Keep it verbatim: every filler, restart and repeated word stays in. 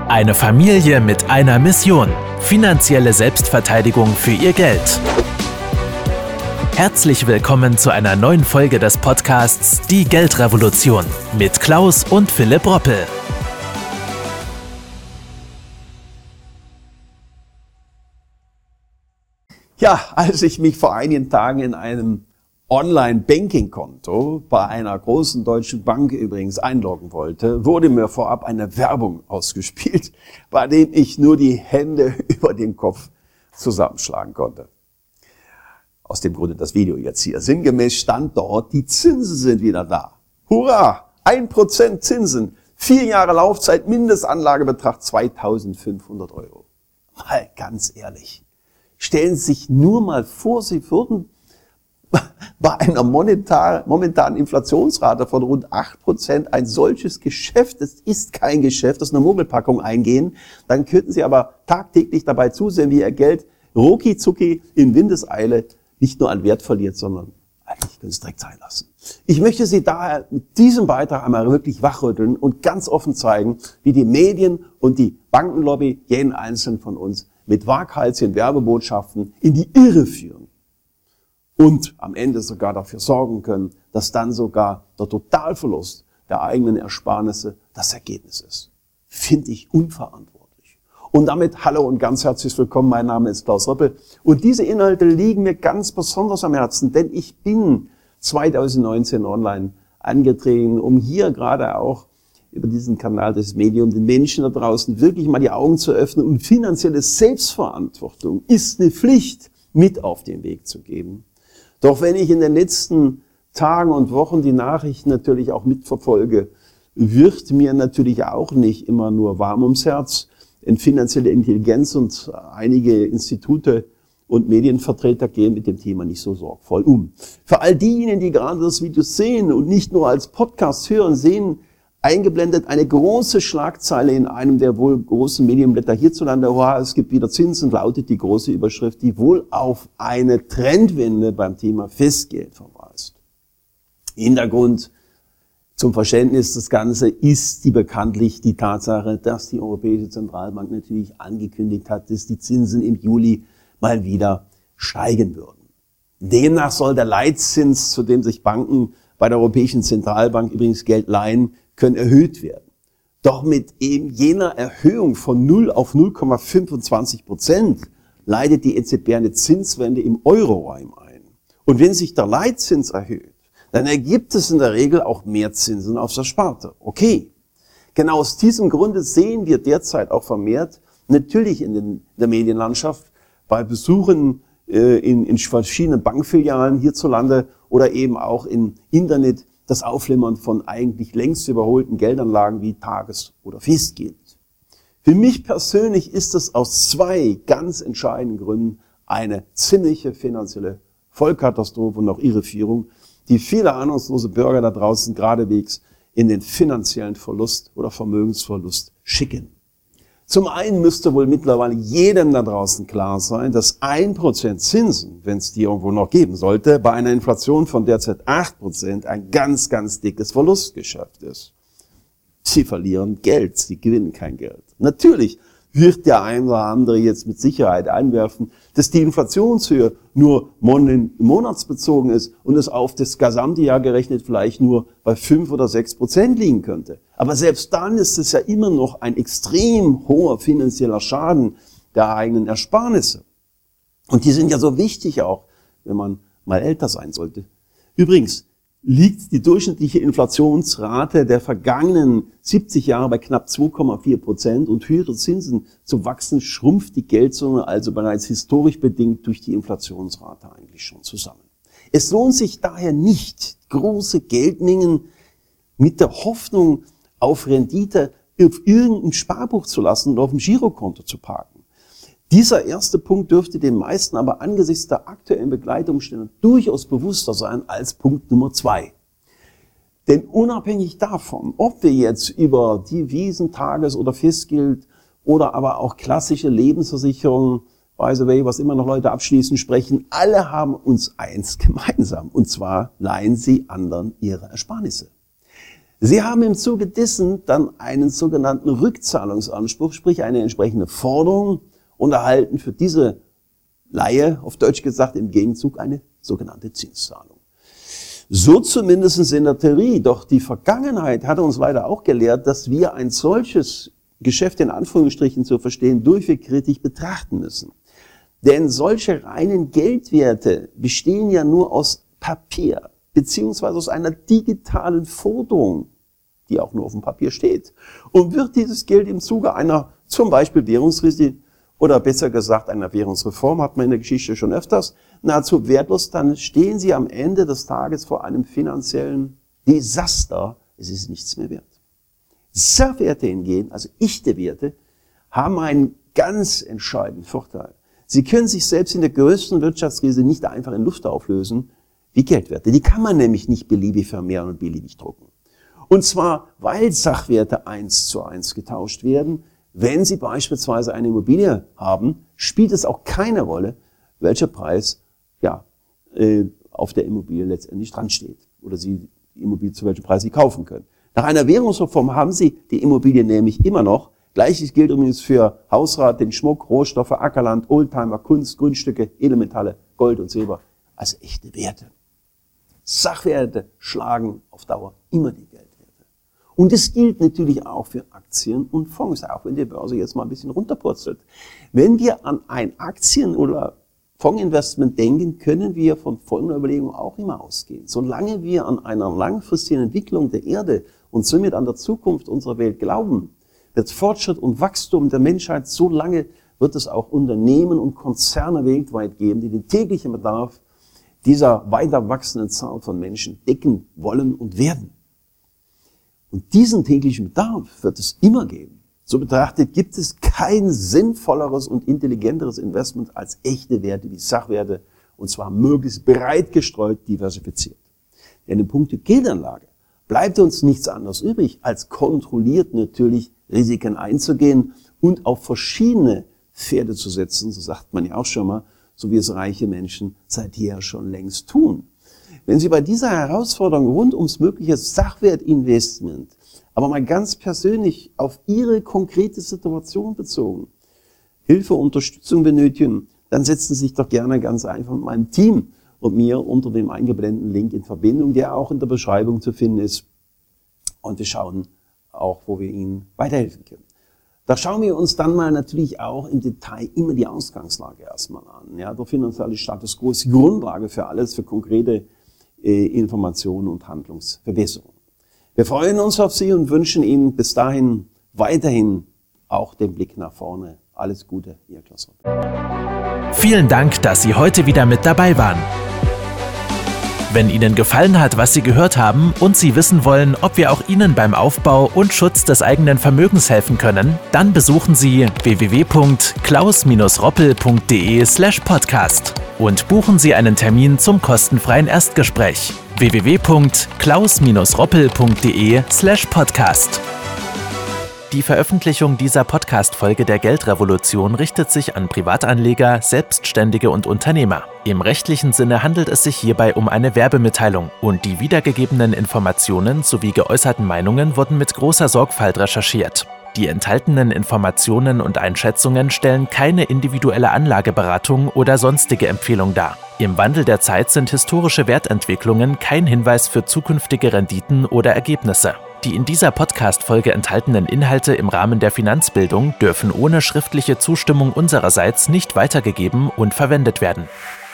Eine Familie mit einer Mission. Finanzielle Selbstverteidigung für ihr Geld. Herzlich willkommen zu einer neuen Folge des Podcasts Die Geldrevolution mit Klaus und Philipp Roppel. Ja, als ich mich vor einigen Tagen in einem Online-Banking-Konto bei einer großen deutschen Bank übrigens einloggen wollte, wurde mir vorab eine Werbung ausgespielt, bei dem ich nur die Hände über den Kopf zusammenschlagen konnte. Aus dem Grunde das Video jetzt hier. Sinngemäß stand dort, die Zinsen sind wieder da. Hurra! ein Prozent Zinsen, vier Jahre Laufzeit, Mindestanlagebetrag zweitausendfünfhundert Euro. Mal ganz ehrlich, stellen Sie sich nur mal vor, Sie würden bei einer monetar, momentanen Inflationsrate von rund acht Prozent ein solches Geschäft, es ist kein Geschäft, das ist eine Mogelpackung eingehen, dann könnten Sie aber tagtäglich dabei zusehen, wie Ihr Geld rucki-zucki in Windeseile nicht nur an Wert verliert, sondern eigentlich können Sie es direkt sein lassen. Ich möchte Sie daher mit diesem Beitrag einmal wirklich wachrütteln und ganz offen zeigen, wie die Medien und die Bankenlobby jeden Einzelnen von uns mit waghalsigen Werbebotschaften in die Irre führen. Und am Ende sogar dafür sorgen können, dass dann sogar der Totalverlust der eigenen Ersparnisse das Ergebnis ist. Finde ich unverantwortlich. Und damit hallo und ganz herzlich willkommen, mein Name ist Klaus Roppel. Und diese Inhalte liegen mir ganz besonders am Herzen, denn ich bin zweitausendneunzehn online angetreten, um hier gerade auch über diesen Kanal des Medium den Menschen da draußen wirklich mal die Augen zu öffnen. Und finanzielle Selbstverantwortung ist eine Pflicht, mit auf den Weg zu geben. Doch wenn ich in den letzten Tagen und Wochen die Nachrichten natürlich auch mitverfolge, wird mir natürlich auch nicht immer nur warm ums Herz. Denn finanzielle Intelligenz und einige Institute und Medienvertreter gehen mit dem Thema nicht so sorgvoll um. Für all diejenigen, die gerade das Video sehen und nicht nur als Podcast hören, sehen eingeblendet eine große Schlagzeile in einem der wohl großen Medienblätter hierzulande. Oha, es gibt wieder Zinsen, lautet die große Überschrift, die wohl auf eine Trendwende beim Thema Festgeld verweist. Hintergrund zum Verständnis des Ganzen ist die bekanntlich die Tatsache, dass die Europäische Zentralbank natürlich angekündigt hat, dass die Zinsen im Juli mal wieder steigen würden. Demnach soll der Leitzins, zu dem sich Banken bei der Europäischen Zentralbank übrigens Geld leihen, können erhöht werden. Doch mit eben jener Erhöhung von null auf null Komma fünfundzwanzig Prozent leitet die E Z B eine Zinswende im Euroraum ein. Und wenn sich der Leitzins erhöht, dann ergibt es in der Regel auch mehr Zinsen auf der Sparte. Okay. Genau aus diesem Grunde sehen wir derzeit auch vermehrt, natürlich in, den, in der Medienlandschaft, bei Besuchen äh, in, in verschiedenen Bankfilialen hierzulande oder eben auch im Internet, das Aufflimmern von eigentlich längst überholten Geldanlagen wie Tages- oder Festgeld. Für mich persönlich ist es aus zwei ganz entscheidenden Gründen eine ziemliche finanzielle Vollkatastrophe und auch Irreführung, die viele ahnungslose Bürger da draußen geradewegs in den finanziellen Verlust oder Vermögensverlust schicken. Zum einen müsste wohl mittlerweile jedem da draußen klar sein, dass ein Prozent Zinsen, wenn es die irgendwo noch geben sollte, bei einer Inflation von derzeit acht Prozent ein ganz, ganz dickes Verlustgeschäft ist. Sie verlieren Geld, sie gewinnen kein Geld. Natürlich wird der ein oder andere jetzt mit Sicherheit einwerfen, dass die Inflationshöhe nur monatsbezogen ist und es auf das gesamte Jahr gerechnet vielleicht nur bei fünf oder sechs Prozent liegen könnte. Aber selbst dann ist es ja immer noch ein extrem hoher finanzieller Schaden der eigenen Ersparnisse. Und die sind ja so wichtig auch, wenn man mal älter sein sollte. Übrigens liegt die durchschnittliche Inflationsrate der vergangenen siebzig Jahre bei knapp zwei Komma vier Prozent und höhere Zinsen zu wachsen, schrumpft die Geldsumme also bereits historisch bedingt durch die Inflationsrate eigentlich schon zusammen. Es lohnt sich daher nicht, große Geldmengen mit der Hoffnung auf Rendite auf irgendein Sparbuch zu lassen und auf dem Girokonto zu parken. Dieser erste Punkt dürfte den meisten aber angesichts der aktuellen Begleitumstände durchaus bewusster sein als Punkt Nummer zwei. Denn unabhängig davon, ob wir jetzt über Devisen, Tages- oder Festgeld oder aber auch klassische Lebensversicherungen, by the way, was immer noch Leute abschließen, sprechen, alle haben uns eins gemeinsam. Und zwar leihen sie anderen ihre Ersparnisse. Sie haben im Zuge dessen dann einen sogenannten Rückzahlungsanspruch, sprich eine entsprechende Forderung, und erhalten für diese Leihe, auf Deutsch gesagt, im Gegenzug eine sogenannte Zinszahlung. So zumindest in der Theorie. Doch die Vergangenheit hat uns leider auch gelehrt, dass wir ein solches Geschäft in Anführungsstrichen zu verstehen durchweg kritisch betrachten müssen. Denn solche reinen Geldwerte bestehen ja nur aus Papier, beziehungsweise aus einer digitalen Forderung, die auch nur auf dem Papier steht. Und wird dieses Geld im Zuge einer zum Beispiel Währungskrise oder besser gesagt einer Währungsreform, hat man in der Geschichte schon öfters, nahezu wertlos, dann stehen sie am Ende des Tages vor einem finanziellen Desaster. Es ist nichts mehr wert. Sachwerte hingegen, also echte Werte, haben einen ganz entscheidenden Vorteil. Sie können sich selbst in der größten Wirtschaftskrise nicht einfach in Luft auflösen wie Geldwerte. Die kann man nämlich nicht beliebig vermehren und beliebig drucken. Und zwar, weil Sachwerte eins zu eins getauscht werden. Wenn Sie beispielsweise eine Immobilie haben, spielt es auch keine Rolle, welcher Preis ja, äh, auf der Immobilie letztendlich dran steht oder Sie die Immobilie zu welchem Preis Sie kaufen können. Nach einer Währungsreform haben Sie die Immobilie nämlich immer noch. Gleiches gilt übrigens für Hausrat, den Schmuck, Rohstoffe, Ackerland, Oldtimer, Kunst, Grundstücke, Edelmetalle, Gold und Silber. Also echte Werte. Sachwerte schlagen auf Dauer immer die Geldwerte. Und das gilt natürlich auch für Aktien und Fonds, auch wenn die Börse jetzt mal ein bisschen runterpurzelt. Wenn wir an ein Aktien- oder Fondsinvestment denken, können wir von folgender Überlegung auch immer ausgehen. Solange wir an einer langfristigen Entwicklung der Erde und somit an der Zukunft unserer Welt glauben, wird Fortschritt und Wachstum der Menschheit, so lange wird es auch Unternehmen und Konzerne weltweit geben, die den täglichen Bedarf dieser weiter wachsenden Zahl von Menschen decken wollen und werden. Und diesen täglichen Bedarf wird es immer geben. So betrachtet gibt es kein sinnvolleres und intelligenteres Investment als echte Werte wie Sachwerte, und zwar möglichst breit gestreut diversifiziert. Denn in puncto Geldanlage bleibt uns nichts anderes übrig, als kontrolliert natürlich Risiken einzugehen und auf verschiedene Pferde zu setzen, so sagt man ja auch schon mal, so wie es reiche Menschen seit jeher schon längst tun. Wenn Sie bei dieser Herausforderung rund ums mögliche Sachwertinvestment aber mal ganz persönlich auf Ihre konkrete Situation bezogen Hilfe, Unterstützung benötigen, dann setzen Sie sich doch gerne ganz einfach mit meinem Team und mir unter dem eingeblendeten Link in Verbindung, der auch in der Beschreibung zu finden ist. Und wir schauen auch, wo wir Ihnen weiterhelfen können. Da schauen wir uns dann mal natürlich auch im Detail immer die Ausgangslage erstmal an. Ja, der finanzielle Status quo ist die Grundlage für alles, für konkrete äh, Informationen und Handlungsverbesserungen. Wir freuen uns auf Sie und wünschen Ihnen bis dahin weiterhin auch den Blick nach vorne. Alles Gute, Ihr Klaus Ropp. Vielen Dank, dass Sie heute wieder mit dabei waren. Wenn Ihnen gefallen hat, was Sie gehört haben und Sie wissen wollen, ob wir auch Ihnen beim Aufbau und Schutz des eigenen Vermögens helfen können, dann besuchen Sie w w w punkt klaus roppel punkt de slash podcast und buchen Sie einen Termin zum kostenfreien Erstgespräch. w w w punkt klaus roppel punkt de slash podcast. Die Veröffentlichung dieser Podcast-Folge der Geldrevolution richtet sich an Privatanleger, Selbstständige und Unternehmer. Im rechtlichen Sinne handelt es sich hierbei um eine Werbemitteilung und die wiedergegebenen Informationen sowie geäußerten Meinungen wurden mit großer Sorgfalt recherchiert. Die enthaltenen Informationen und Einschätzungen stellen keine individuelle Anlageberatung oder sonstige Empfehlung dar. Im Wandel der Zeit sind historische Wertentwicklungen kein Hinweis für zukünftige Renditen oder Ergebnisse. Die in dieser Podcast-Folge enthaltenen Inhalte im Rahmen der Finanzbildung dürfen ohne schriftliche Zustimmung unsererseits nicht weitergegeben und verwendet werden.